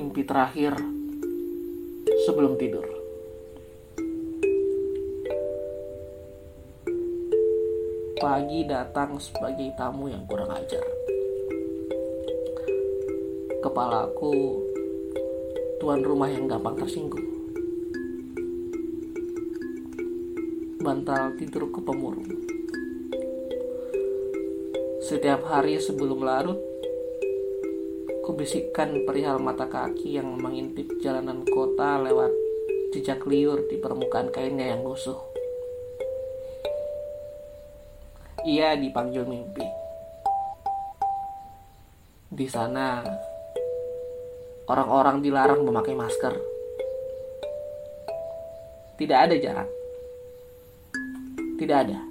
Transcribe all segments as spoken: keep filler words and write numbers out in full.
mimpi terakhir sebelum tidur. Pagi datang sebagai tamu yang kurang ajar. Kepalaku tuan rumah yang gampang tersinggung. Bantal tidurku pemurung. Setiap hari sebelum larut, kubisikkan perihal mata kaki yang mengintip jalanan kota lewat jejak liur di permukaan kainnya yang lusuh. Ia dipanggil mimpi. Di sana, orang-orang dilarang memakai masker. Tidak ada jarak. Tidak ada.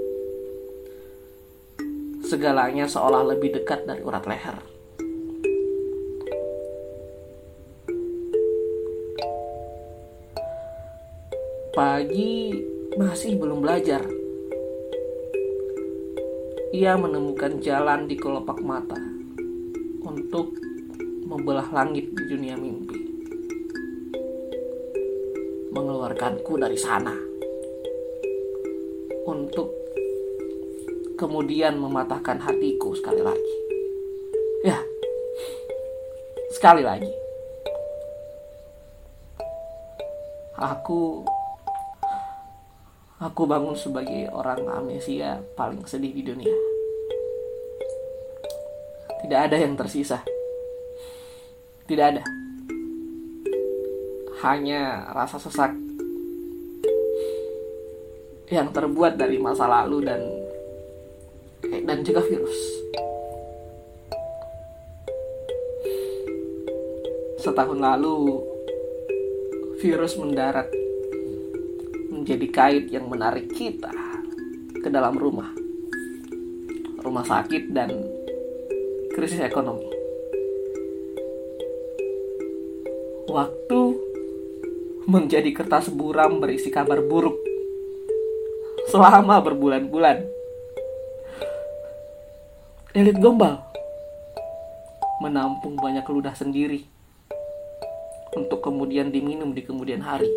Segalanya seolah lebih dekat dari urat leher. Pagi masih belum belajar. Ia menemukan jalan di kelopak mata untuk membelah langit di dunia mimpi, mengeluarkanku dari sana untuk kemudian mematahkan hatiku sekali lagi. Ya, sekali lagi. Aku Aku bangun sebagai orang amnesia paling sedih di dunia. Tidak ada yang tersisa. Tidak ada. Hanya rasa sesak yang terbuat dari masa lalu dan dan juga virus. Setahun lalu virus mendarat menjadi kait yang menarik kita ke dalam rumah. Rumah sakit dan krisis ekonomi. Waktu menjadi kertas buram berisi kabar buruk selama berbulan-bulan. Elit gombal menampung banyak ludah sendiri untuk kemudian diminum di kemudian hari.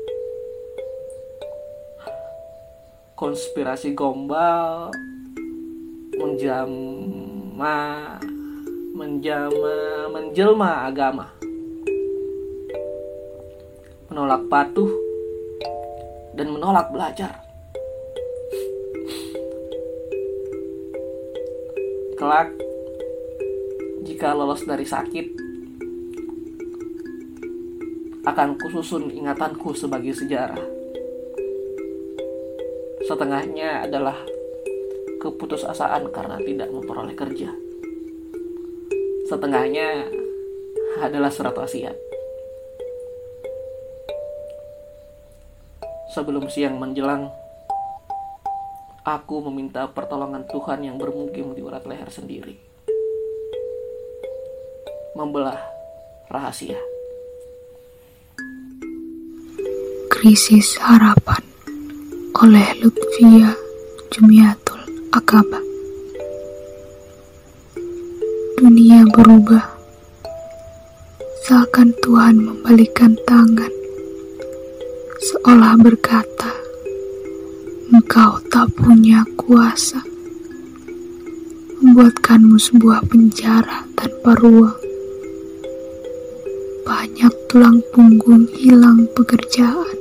Konspirasi gombal menjama menjama menjelma agama, menolak patuh dan menolak belajar. Kelak jika lolos dari sakit, akan kususun ingatanku sebagai sejarah. Setengahnya adalah keputusasaan karena tidak memperoleh kerja. Setengahnya adalah surat wasiat. Sebelum siang menjelang, aku meminta pertolongan Tuhan yang bermukim di urat leher sendiri. Membelah rahasia. Krisis Harapan oleh Lutfia Jumiatul Aqabah. Dunia berubah, seakan Tuhan membalikkan tangan, seolah berkata, engkau tak punya kuasa, membuatkanmu sebuah penjara tanpa ruang. Banyak tulang punggung hilang pekerjaan.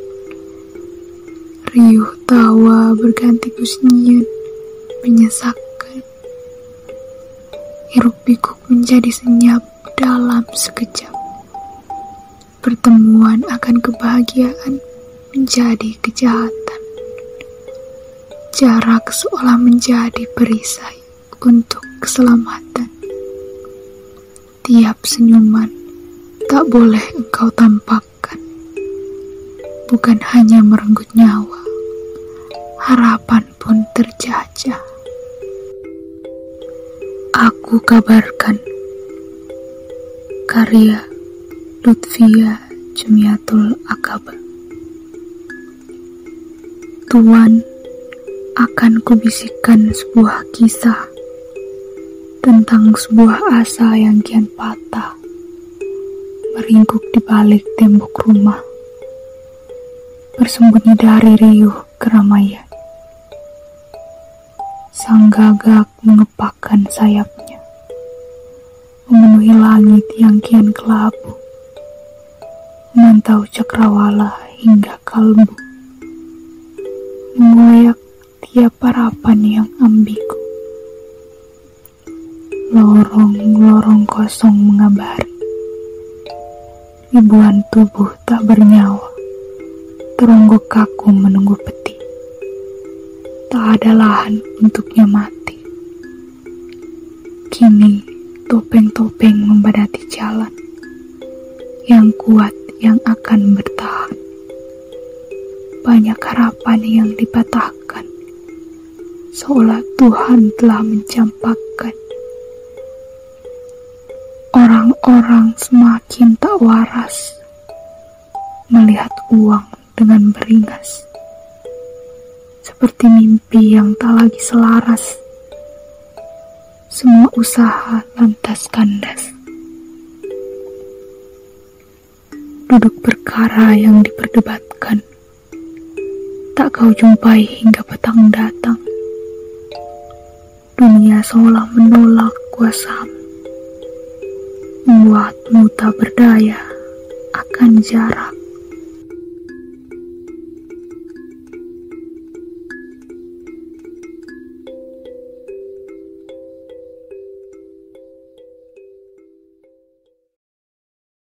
Riuh tawa berganti kesunyian menyesakkan. Hiruk pikuk menjadi senyap dalam sekejap. Pertemuan akan kebahagiaan menjadi kejahatan. Jarak seolah menjadi perisai untuk keselamatan. Tiap senyuman tak boleh engkau tampakkan. Bukan hanya merenggut nyawa, harapan pun terjajah. Aku kabarkan. Karya Lutfia Jumiatul Aqabah. Tuan, akan kubisikkan sebuah kisah tentang sebuah asa yang kian patah, meringkuk di balik tembok rumah, bersembunyi dari riuh keramaian. Sang gagak mengepakkan sayapnya, memenuhi langit yang kian kelabu, memantau cakrawala hingga kalbu, mengoyak tiap harapan yang ambigu. Lorong-lorong kosong mengabari, ribuan tubuh tak bernyawa teronggok kaku menunggu peti. Tak ada lahan untuknya mati. Kini topeng-topeng membadati jalan, yang kuat yang akan bertahan. Banyak harapan yang dipatahkan, seolah Tuhan telah mencampakkan. Orang-orang semakin tak waras melihat uang dengan beringas, seperti mimpi yang tak lagi selaras. Semua usaha lantas kandas. Duduk perkara yang diperdebatkan tak kau jumpai hingga petang datang. Dunia seolah menolak kuasamu, membuatmu tak berdaya akan jarak.